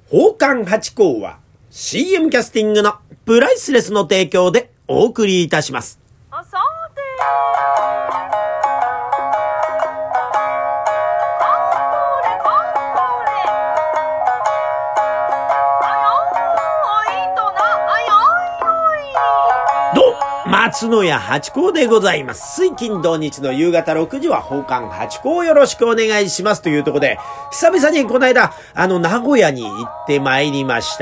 宝冠八甲は CM キャスティングのプライスレスの提供でお送りいたします。 さて松野屋八甲でございます。水金土日の夕方6時は宝冠八甲よろしくお願いしますというところで、久々にこの間名古屋に行ってまいりました。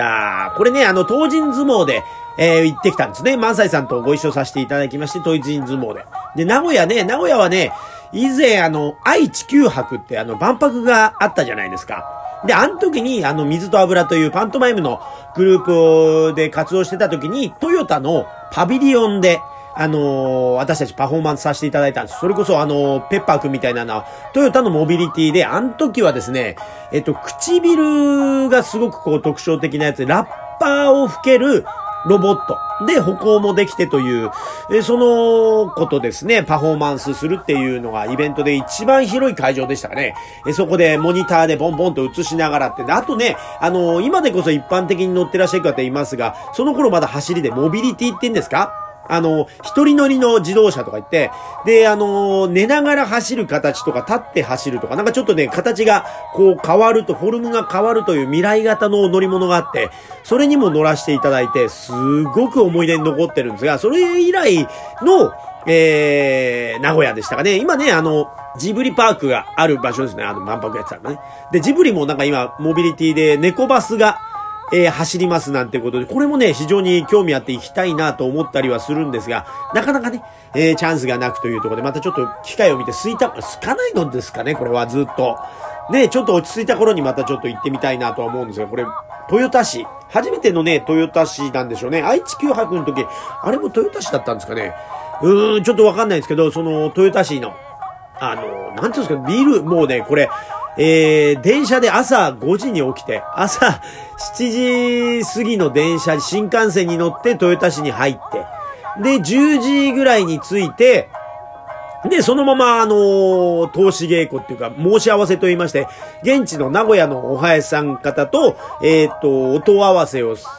これね東尋相撲で行ってきたんですね。萬斎さんとご一緒させていただきまして、東尋相撲で名古屋はね以前愛・地球博って万博があったじゃないですか。で、あの時に水と油というパントマイムのグループで活動してた時に、トヨタのパビリオンで、私たちパフォーマンスさせていただいたんです。それこそペッパーくんみたいなトヨタのモビリティで、あの時はですね、唇がすごくこう特徴的なやつで、ラッパーを吹けるロボットで歩行もできてという、そのことですね、パフォーマンスするっていうのがイベントで一番広い会場でしたかね。そこでモニターでボンボンと映しながらって、あとね、今でこそ一般的に乗ってらっしゃる方いますが、その頃まだ走りでモビリティって言うんですか？一人乗りの自動車とか言って、で、寝ながら走る形とか、立って走るとか、なんかちょっとね、形がこう変わると、フォルムが変わるという未来型の乗り物があって、それにも乗らせていただいて、すごく思い出に残ってるんですが、それ以来の、名古屋でしたかね。今ね、ジブリパークがある場所ですね。万博やってたのね。で、ジブリもなんか今、モビリティで猫バスが、走りますなんてことで、これもね、非常に興味あって行きたいなと思ったりはするんですが、なかなかね、チャンスがなくというところで、またちょっと機会を見て空かないのですかね、これはずっと。で、ちょっと落ち着いた頃にまたちょっと行ってみたいなとは思うんですが、これ、豊田市。初めてのね、豊田市なんでしょうね。愛・地球博の時、あれも豊田市だったんですかね。ちょっとわかんないんですけど、その、豊田市の、なんていうんですか、ビル、もうね、これ、電車で朝5時に起きて、朝7時過ぎの電車、新幹線に乗って豊田市に入って、で、10時ぐらいに着いて、で、そのまま、投資稽古っていうか、申し合わせと言いまして、現地の名古屋のおはやさん方と、音合わせをして、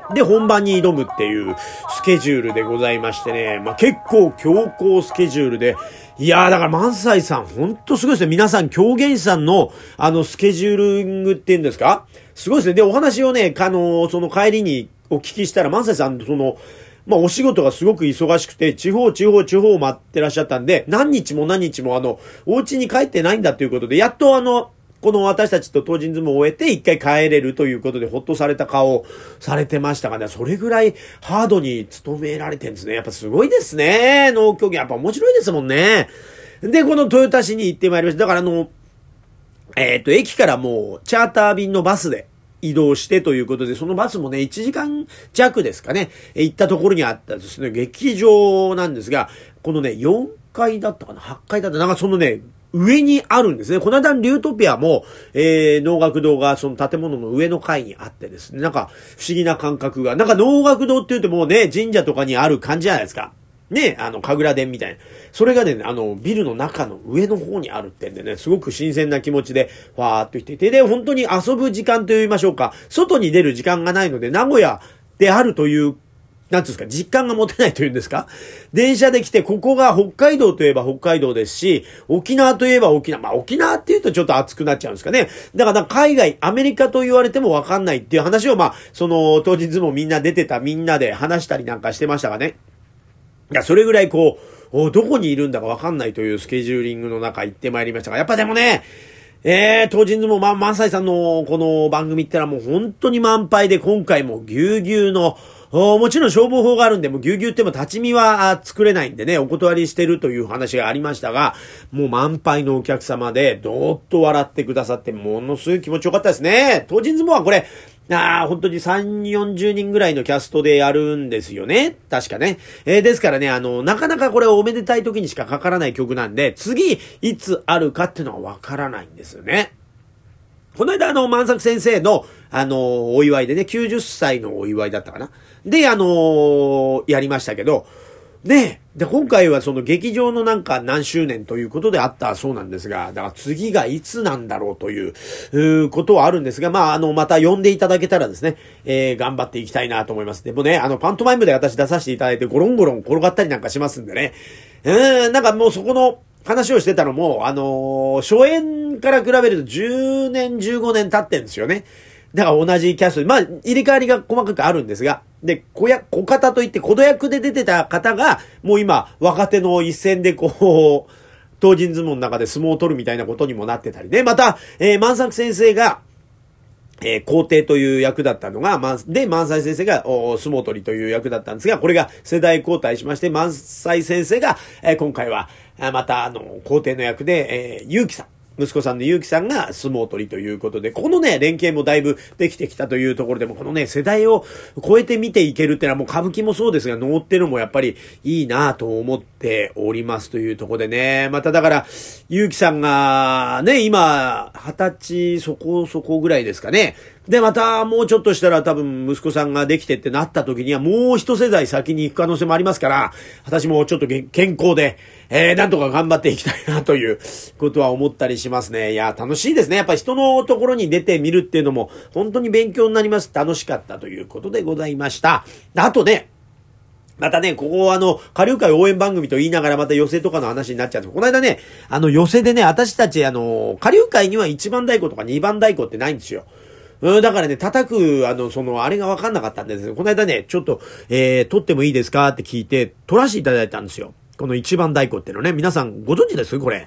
で、本番に挑むっていうスケジュールでございましてね、まあ、結構強行スケジュールで、いやー、だから萬斎さん、ほんとすごいですね。皆さん、狂言師さんの、スケジューリングって言うんですか？すごいですね。で、お話をね、その帰りにお聞きしたら、萬斎さん、お仕事がすごく忙しくて、地方を待ってらっしゃったんで、何日もお家に帰ってないんだということで、やっとこの私たちと東尋相撲を終えて一回帰れるということで、ほっとされた顔をされてましたがね、それぐらいハードに努められてるんですね。やっぱすごいですね。農協技、やっぱ面白いですもんね。で、この豊田市に行ってまいりました。だから駅からもうチャーター便のバスで、移動してということで、そのバスもね、1時間弱ですかね、行ったところにあったですね、劇場なんですが、このね、4階だったかな、8階だった、なんかそのね、上にあるんですね。この間のリュートピアも、能楽堂がその建物の上の階にあってですね、なんか不思議な感覚が、なんか能楽堂って言うともうね、神社とかにある感じじゃないですか。ね、神楽殿みたいな。それがね、ビルの中の上の方にあるってんでね、すごく新鮮な気持ちで、わーっと行っていて、で、本当に遊ぶ時間と言いましょうか、外に出る時間がないので、名古屋であるという、なんていうんですか、実感が持てないというんですか、電車で来て、ここが北海道といえば北海道ですし、沖縄といえば沖縄、まあ沖縄って言うとちょっと熱くなっちゃうんですかね。だから海外、アメリカと言われてもわかんないっていう話を、当日もみんな出てたみんなで話したりなんかしてましたがね。いや、それぐらいどこにいるんだかわかんないというスケジューリングの中行ってまいりましたが、やっぱでもね、東尋相撲、萬斎さんのこの番組ってのはもう本当に満杯で、今回もぎゅうぎゅうの、もちろん消防法があるんで、もうぎゅうぎゅうっても立ち見は作れないんでね、お断りしてるという話がありましたが、もう満杯のお客様で、どーっと笑ってくださって、ものすごい気持ちよかったですね。東尋相撲はこれ、本当に3、40人ぐらいのキャストでやるんですよね。確かね。ですからね、なかなかこれおめでたい時にしかかからない曲なんで、次、いつあるかっていうのはわからないんですよね。この間万作先生の、お祝いでね、90歳のお祝いだったかな。で、やりましたけど、 で、今回はその劇場のなんか何周年ということであったそうなんですが、だから次がいつなんだろうということはあるんですが、また呼んでいただけたらですね、頑張っていきたいなと思います。でもね、パントマイムで私出させていただいてゴロンゴロン転がったりなんかしますんでね。なんかもうそこの話をしてたのも、初演から比べると10年、15年経ってんですよね。だから同じキャスト、入れ替わりが細かくあるんですが、で、小方といって小戸役で出てた方が、もう今、若手の一戦で東尋相撲の中で相撲を取るみたいなことにもなってたりね。また、万作先生が、皇帝という役だったのが、萬斎先生が相撲取りという役だったんですが、これが世代交代しまして、萬斎先生が、今回は、また、皇帝の役で、結城さん。息子さんの結城さんが相撲取りということで、このね、連携もだいぶできてきたというところでも、このね、世代を超えて見ていけるってのはもう歌舞伎もそうですが、能っていうのもやっぱりいいなと思っておりますというところでね、まただから、結城さんがね、今、20歳そこぐらいですかね。で、またもうちょっとしたら多分息子さんができてってなった時にはもう一世代先に行く可能性もありますから、私もちょっと健康で、なんとか頑張っていきたいなということは思ったりしますね。いや、楽しいですね。やっぱり人のところに出てみるっていうのも本当に勉強になります。楽しかったということでございました。あとね、またね、ここ下流会応援番組と言いながらまた寄席とかの話になっちゃうんです。この間ね、寄席でね、私たち下流会には1番太鼓とか2番太鼓ってないんですよ。だからね、叩く、あれがわかんなかったんですけど、この間ね、ちょっと、撮ってもいいですかって聞いて、撮らせていただいたんですよ。この一番太鼓っていうのね、皆さんご存知ですこれ。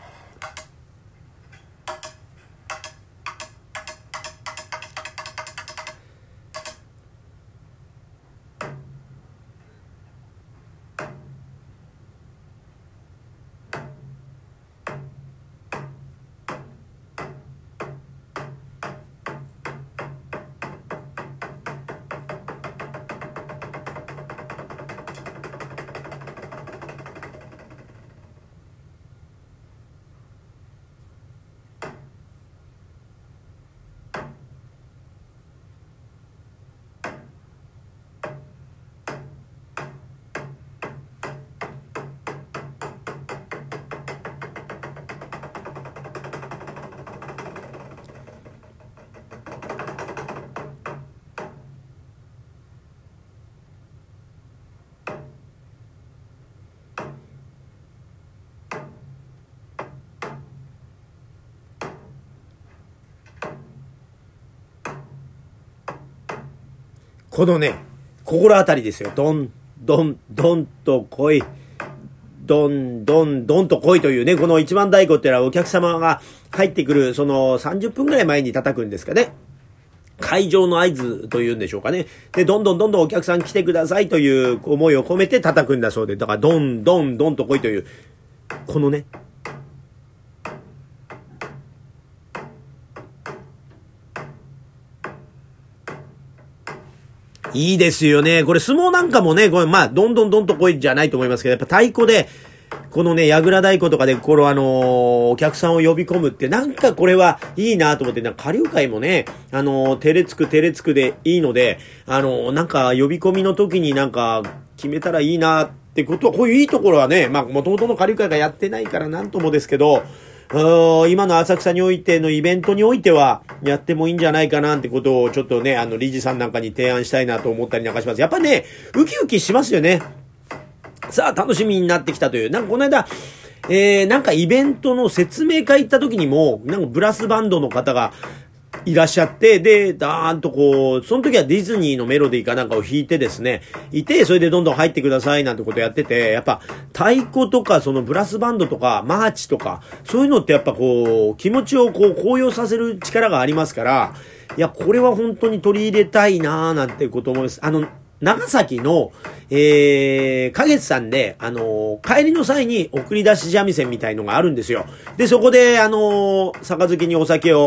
このね、心当たりですよ。どん、どん、どんと来い。どん、どん、どんと来いというね、この一番太鼓っていうのはお客様が入ってくる、その30分ぐらい前に叩くんですかね。会場の合図というんでしょうかね。で、どんどんどんどんお客さん来てくださいという思いを込めて叩くんだそうで、だからどん、どん、どんと来いという、このね、いいですよね。これ相撲なんかもね、これどんどんどんと来いじゃないと思いますけど、やっぱ太鼓で、このね、矢倉太鼓とかで、お客さんを呼び込むって、なんかこれはいいなと思って、下流会もね、テレつくでいいので、なんか呼び込みの時になんか決めたらいいなってことは、こういういいところはね、元々の下流会がやってないからなんともですけど、今の浅草においてのイベントにおいてはやってもいいんじゃないかなってことをちょっとね、理事さんなんかに提案したいなと思ったりなんかします。やっぱね、ウキウキしますよね。さあ、楽しみになってきたという。なんかこの間、なんかイベントの説明会行った時にも、なんかブラスバンドの方がいらっしゃって、で、ダーンとその時はディズニーのメロディーかなんかを弾いてですね、それでどんどん入ってくださいなんてことやってて、やっぱ太鼓とかそのブラスバンドとかマーチとか、そういうのってやっぱ気持ちを高揚させる力がありますから、いや、これは本当に取り入れたいなーなんてこと思います。長崎の、花月さんで、帰りの際に送り出し三味線みたいのがあるんですよ。で、そこで、杯にお酒を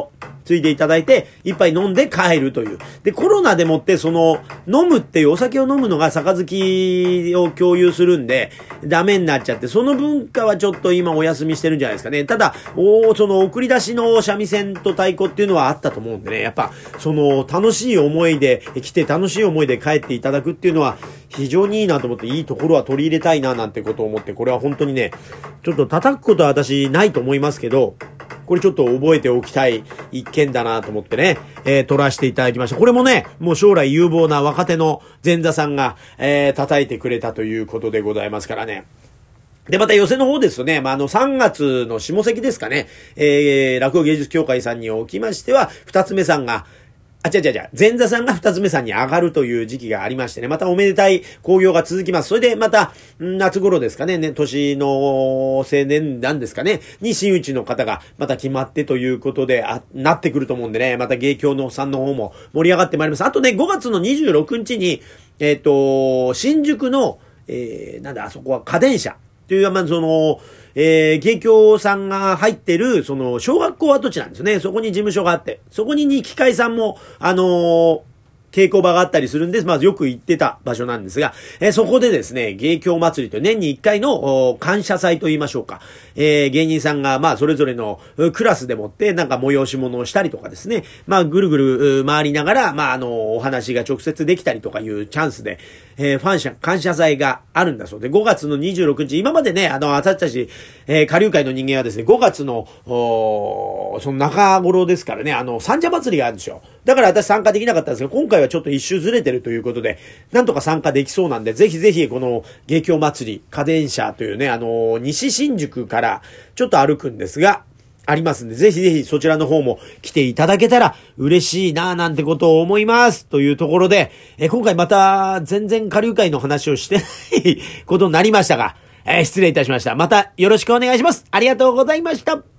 ついていただいて、一杯飲んで帰るという。で、コロナでもって、飲むっていうお酒を飲むのが杯を共有するんで、ダメになっちゃって、その文化はちょっと今お休みしてるんじゃないですかね。ただ、送り出しの三味線と太鼓っていうのはあったと思うんでね、やっぱ、楽しい思いで来て、楽しい思いで帰っていただくっていうのは、非常にいいなと思って、いいところは取り入れたいななんてことを思って、これは本当にね、ちょっと叩くことは私ないと思いますけど、これちょっと覚えておきたい一件だなと思ってね、取らせていただきました。これもね、もう将来有望な若手の前座さんが、叩いてくれたということでございますからね。で、また寄席の方ですとね、3月の下関ですかね、落語芸術協会さんにおきましては、二つ目さんが、前座さんが二つ目さんに上がるという時期がありましてね、またおめでたい興行が続きます。それでまた、夏頃ですかね、年の青年なんですかね、に真打ちの方がまた決まってということで、なってくると思うんでね、また芸協のさんの方も盛り上がってまいります。あとね、5月の26日に、新宿の、あそこは家電車。という、芸協さんが入ってる、小学校跡地なんですね。そこに事務所があって、そこに機械さんも、稽古場があったりするんです。まずよく行ってた場所なんですが、そこでですね、芸協祭りという年に1回の感謝祭と言いましょうか。芸人さんが、それぞれのクラスでもって、催し物をしたりとかですね、ぐるぐる回りながら、お話が直接できたりとかいうチャンスで、感謝祭があるんだそうで、5月の26日、今までね、私たち、下流会の人間はですね、5月の、その中頃ですからね、三社祭りがあるんですよ。だから私参加できなかったんですが、今回はちょっと一周ずれてるということで、なんとか参加できそうなんで、ぜひぜひこの芸協祭り、家電車というね、西新宿からちょっと歩くんですが、ありますんで、ぜひぜひそちらの方も来ていただけたら嬉しいななんてことを思います。というところで、今回また全然下流会の話をしてないことになりましたが、失礼いたしました。またよろしくお願いします。ありがとうございました。